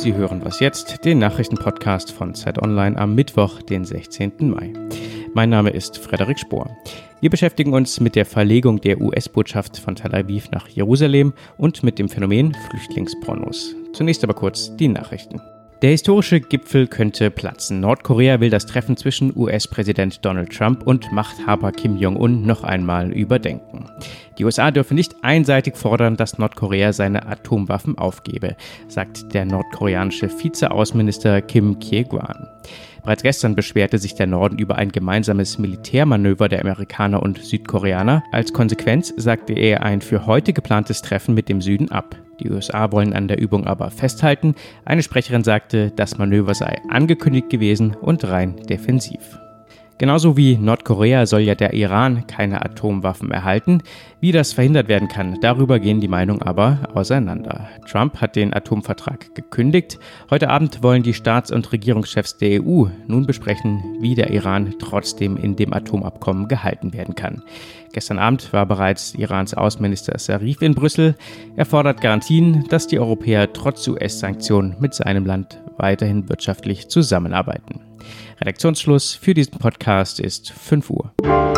Sie hören Was jetzt?, den Nachrichtenpodcast von Zeit Online am Mittwoch, den 16. Mai. Mein Name ist Frederik Spohr. Wir beschäftigen uns mit der Verlegung der US-Botschaft von Tel Aviv nach Jerusalem und mit dem Phänomen Flüchtlingspornos. Zunächst aber kurz die Nachrichten. Der historische Gipfel könnte platzen. Nordkorea will das Treffen zwischen US-Präsident Donald Trump und Machthaber Kim Jong-un noch einmal überdenken. Die USA dürfen nicht einseitig fordern, dass Nordkorea seine Atomwaffen aufgebe, sagt der nordkoreanische Vizeaußenminister Kim Kye-gwan. Bereits gestern beschwerte sich der Norden über ein gemeinsames Militärmanöver der Amerikaner und Südkoreaner. Als Konsequenz sagte er ein für heute geplantes Treffen mit dem Süden ab. Die USA wollen an der Übung aber festhalten. Eine Sprecherin sagte, das Manöver sei angekündigt gewesen und rein defensiv. Genauso wie Nordkorea soll ja der Iran keine Atomwaffen erhalten. Wie das verhindert werden kann, darüber gehen die Meinungen aber auseinander. Trump hat den Atomvertrag gekündigt. Heute Abend wollen die Staats- und Regierungschefs der EU nun besprechen, wie der Iran trotzdem in dem Atomabkommen gehalten werden kann. Gestern Abend war bereits Irans Außenminister Zarif in Brüssel. Er fordert Garantien, dass die Europäer trotz US-Sanktionen mit seinem Land weiterhin wirtschaftlich zusammenarbeiten. Redaktionsschluss für diesen Podcast ist 5 Uhr.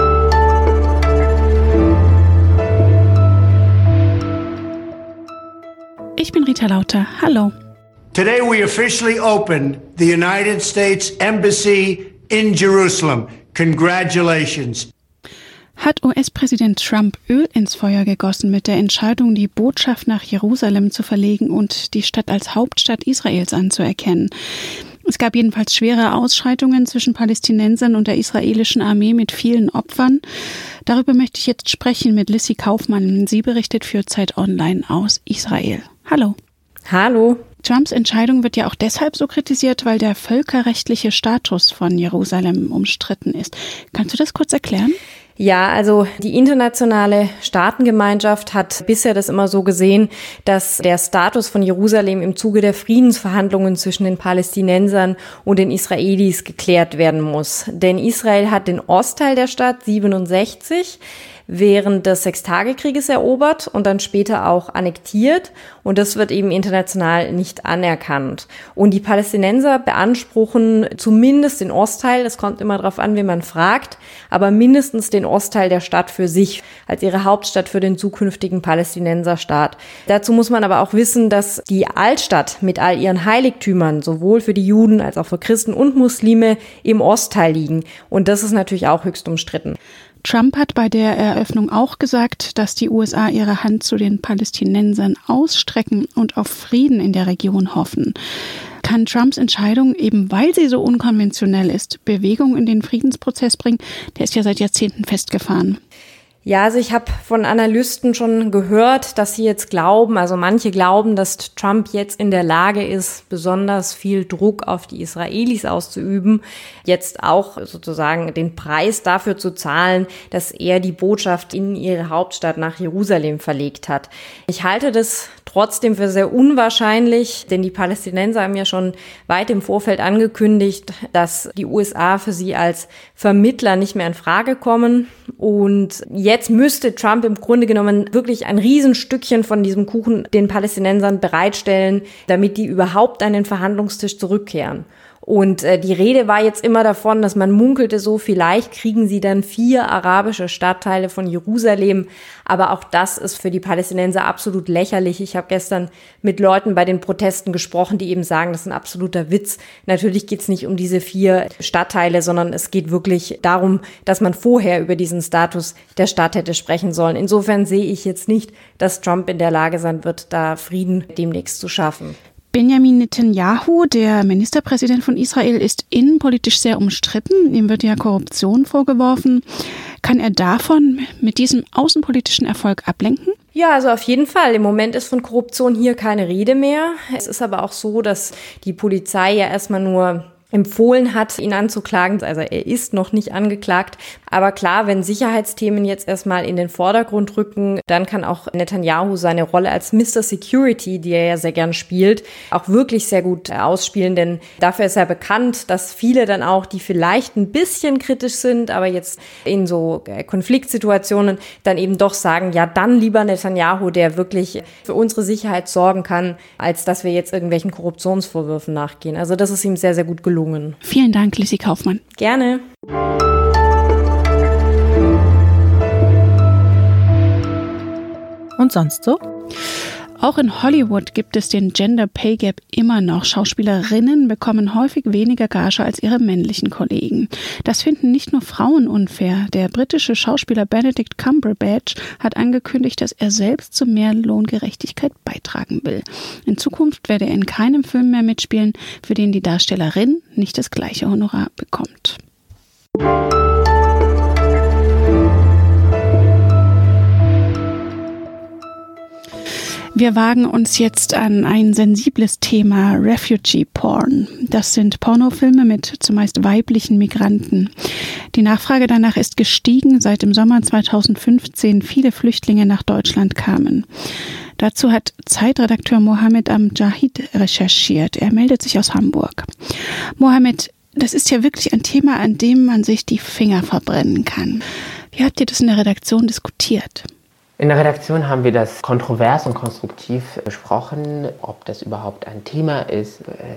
Ich bin Rita Lauter. Hallo. Today we officially open the United States Embassy in Jerusalem. Congratulations. Hat US-Präsident Trump Öl ins Feuer gegossen mit der Entscheidung, die Botschaft nach Jerusalem zu verlegen und die Stadt als Hauptstadt Israels anzuerkennen? Es gab jedenfalls schwere Ausschreitungen zwischen Palästinensern und der israelischen Armee mit vielen Opfern. Darüber möchte ich jetzt sprechen mit Lissy Kaufmann. Sie berichtet für Zeit Online aus Israel. Hallo. Hallo. Trumps Entscheidung wird ja auch deshalb so kritisiert, weil der völkerrechtliche Status von Jerusalem umstritten ist. Kannst du das kurz erklären? Ja, also die internationale Staatengemeinschaft hat bisher das immer so gesehen, dass der Status von Jerusalem im Zuge der Friedensverhandlungen zwischen den Palästinensern und den Israelis geklärt werden muss. Denn Israel hat den Ostteil der Stadt 67 während des Sechstagekrieges erobert und dann später auch annektiert. Und das wird eben international nicht anerkannt. Und die Palästinenser beanspruchen zumindest den Ostteil, es kommt immer darauf an, wen man fragt, aber mindestens den Ostteil der Stadt für sich, als ihre Hauptstadt für den zukünftigen Palästinenserstaat. Dazu muss man aber auch wissen, dass die Altstadt mit all ihren Heiligtümern sowohl für die Juden als auch für Christen und Muslime im Ostteil liegen. Und das ist natürlich auch höchst umstritten. Trump hat bei der Eröffnung auch gesagt, dass die USA ihre Hand zu den Palästinensern ausstrecken und auf Frieden in der Region hoffen. Kann Trumps Entscheidung, eben weil sie so unkonventionell ist, Bewegung in den Friedensprozess bringen? Der ist ja seit Jahrzehnten festgefahren. Ja, also ich habe von Analysten schon gehört, dass sie jetzt glauben, also manche glauben, dass Trump jetzt in der Lage ist, besonders viel Druck auf die Israelis auszuüben, jetzt auch sozusagen den Preis dafür zu zahlen, dass er die Botschaft in ihre Hauptstadt nach Jerusalem verlegt hat. Ich halte das trotzdem für sehr unwahrscheinlich, denn die Palästinenser haben ja schon weit im Vorfeld angekündigt, dass die USA für sie als Vermittler nicht mehr in Frage kommen. Und jetzt müsste Trump im Grunde genommen wirklich ein Riesenstückchen von diesem Kuchen den Palästinensern bereitstellen, damit die überhaupt an den Verhandlungstisch zurückkehren. Und die Rede war jetzt immer davon, dass man munkelte so, vielleicht kriegen sie dann 4 arabische Stadtteile von Jerusalem. Aber auch das ist für die Palästinenser absolut lächerlich. Ich habe gestern mit Leuten bei den Protesten gesprochen, die eben sagen, das ist ein absoluter Witz. Natürlich geht es nicht um diese 4 Stadtteile, sondern es geht wirklich darum, dass man vorher über diesen Status der Stadt hätte sprechen sollen. Insofern sehe ich jetzt nicht, dass Trump in der Lage sein wird, da Frieden demnächst zu schaffen. Benjamin Netanyahu, der Ministerpräsident von Israel, ist innenpolitisch sehr umstritten. Ihm wird ja Korruption vorgeworfen. Kann er davon mit diesem außenpolitischen Erfolg ablenken? Ja, also auf jeden Fall. Im Moment ist von Korruption hier keine Rede mehr. Es ist aber auch so, dass die Polizei ja erstmal nur empfohlen hat, ihn anzuklagen. Also er ist noch nicht angeklagt, Aber klar, wenn Sicherheitsthemen jetzt erstmal in den Vordergrund rücken, dann kann auch Netanyahu seine Rolle als Mr. Security, die er ja sehr gern spielt, auch wirklich sehr gut ausspielen. Denn dafür ist er bekannt, dass viele dann auch, die vielleicht ein bisschen kritisch sind, aber jetzt in so Konfliktsituationen dann eben doch sagen, ja, dann lieber Netanyahu, der wirklich für unsere Sicherheit sorgen kann, als dass wir jetzt irgendwelchen Korruptionsvorwürfen nachgehen. Also das ist ihm sehr, sehr gut gelungen. Vielen Dank, Lissy Kaufmann. Gerne. Und sonst so? Auch in Hollywood gibt es den Gender Pay Gap immer noch. Schauspielerinnen bekommen häufig weniger Gage als ihre männlichen Kollegen. Das finden nicht nur Frauen unfair. Der britische Schauspieler Benedict Cumberbatch hat angekündigt, dass er selbst zu mehr Lohngerechtigkeit beitragen will. In Zukunft werde er in keinem Film mehr mitspielen, für den die Darstellerin nicht das gleiche Honorar bekommt. Wir wagen uns jetzt an ein sensibles Thema, Refugee Porn. Das sind Pornofilme mit zumeist weiblichen Migranten. Die Nachfrage danach ist gestiegen, seit im Sommer 2015 viele Flüchtlinge nach Deutschland kamen. Dazu hat Zeitredakteur Mohammed Amjahid recherchiert. Er meldet sich aus Hamburg. Mohammed, das ist ja wirklich ein Thema, an dem man sich die Finger verbrennen kann. Wie habt ihr das in der Redaktion diskutiert? In der Redaktion haben wir das kontrovers und konstruktiv besprochen, ob das überhaupt ein Thema ist,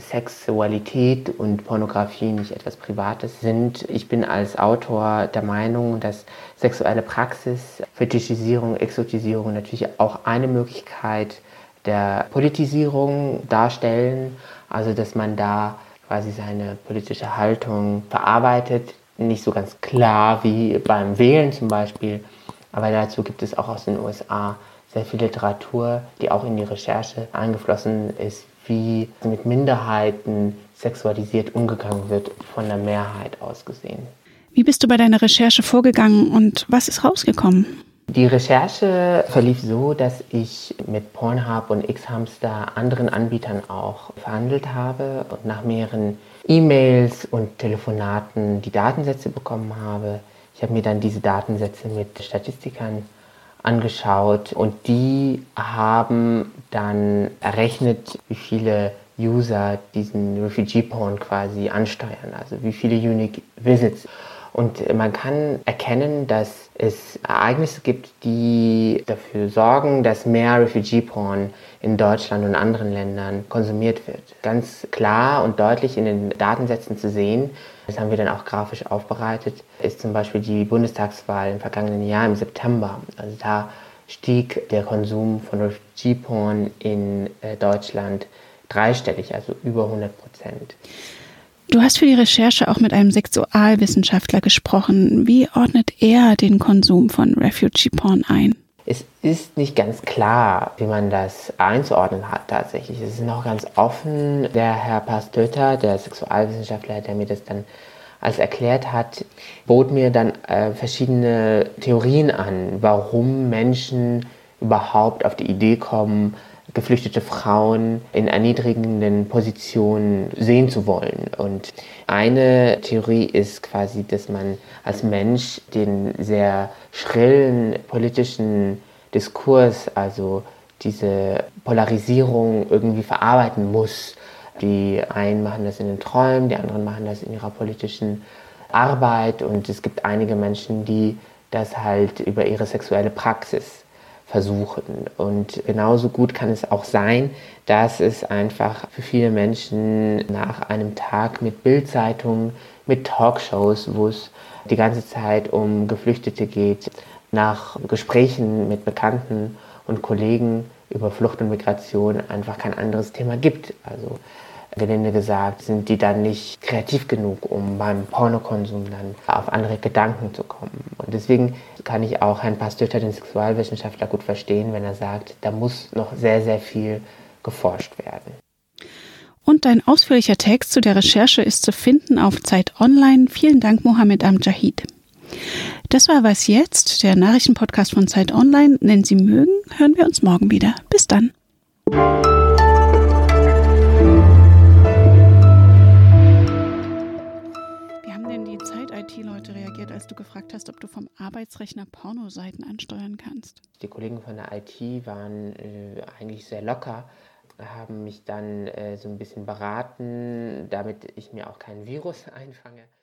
Sexualität und Pornografie nicht etwas Privates sind. Ich bin als Autor der Meinung, dass sexuelle Praxis, Fetischisierung, Exotisierung natürlich auch eine Möglichkeit der Politisierung darstellen, also dass man da quasi seine politische Haltung verarbeitet, nicht so ganz klar wie beim Wählen zum Beispiel. Aber dazu gibt es auch aus den USA sehr viel Literatur, die auch in die Recherche eingeflossen ist, wie mit Minderheiten sexualisiert umgegangen wird, von der Mehrheit aus gesehen. Wie bist du bei deiner Recherche vorgegangen und was ist rausgekommen? Die Recherche verlief so, dass ich mit Pornhub und Xhamster, anderen Anbietern auch verhandelt habe und nach mehreren E-Mails und Telefonaten die Datensätze bekommen habe. Ich habe mir dann diese Datensätze mit Statistikern angeschaut und die haben dann errechnet, wie viele User diesen Refugee-Porn quasi ansteuern, also wie viele Unique Visits. Und man kann erkennen, dass es Ereignisse gibt, die dafür sorgen, dass mehr Refugee-Porn in Deutschland und anderen Ländern konsumiert wird. Ganz klar und deutlich in den Datensätzen zu sehen, das haben wir dann auch grafisch aufbereitet, ist zum Beispiel die Bundestagswahl im vergangenen Jahr im September. Also da stieg der Konsum von Refugee-Porn in Deutschland dreistellig, also über 100%. Du hast für die Recherche auch mit einem Sexualwissenschaftler gesprochen. Wie ordnet er den Konsum von Refugee-Porn ein? Es ist nicht ganz klar, wie man das einzuordnen hat tatsächlich. Es ist noch ganz offen. Der Herr Pastöter, der Sexualwissenschaftler, der mir das dann alles erklärt hat, bot mir dann verschiedene Theorien an, warum Menschen überhaupt auf die Idee kommen, geflüchtete Frauen in erniedrigenden Positionen sehen zu wollen. Und eine Theorie ist quasi, dass man als Mensch den sehr schrillen politischen Diskurs, also diese Polarisierung irgendwie verarbeiten muss. Die einen machen das in den Träumen, die anderen machen das in ihrer politischen Arbeit und es gibt einige Menschen, die das halt über ihre sexuelle Praxis versuchen. Und genauso gut kann es auch sein, dass es einfach für viele Menschen nach einem Tag mit Bild-Zeitungen, mit Talkshows, wo es die ganze Zeit um Geflüchtete geht, nach Gesprächen mit Bekannten und Kollegen über Flucht und Migration einfach kein anderes Thema gibt. Also gelinde gesagt, sind die dann nicht kreativ genug, um beim Pornokonsum dann auf andere Gedanken zu kommen. Und deswegen kann ich auch Herrn Pastöter, den Sexualwissenschaftler, gut verstehen, wenn er sagt, da muss noch sehr, sehr viel geforscht werden. Und ein ausführlicher Text zu der Recherche ist zu finden auf Zeit Online. Vielen Dank, Mohammed Amjahid. Das war Was jetzt, der Nachrichtenpodcast von Zeit Online. Wenn Sie mögen, hören wir uns morgen wieder. Bis dann. Wie haben denn die Zeit-IT-Leute reagiert, als du gefragt hast, ob du vom Arbeitsrechner Pornoseiten ansteuern kannst? Die Kollegen von der IT waren eigentlich sehr locker, haben mich dann so ein bisschen beraten, damit ich mir auch kein Virus einfange.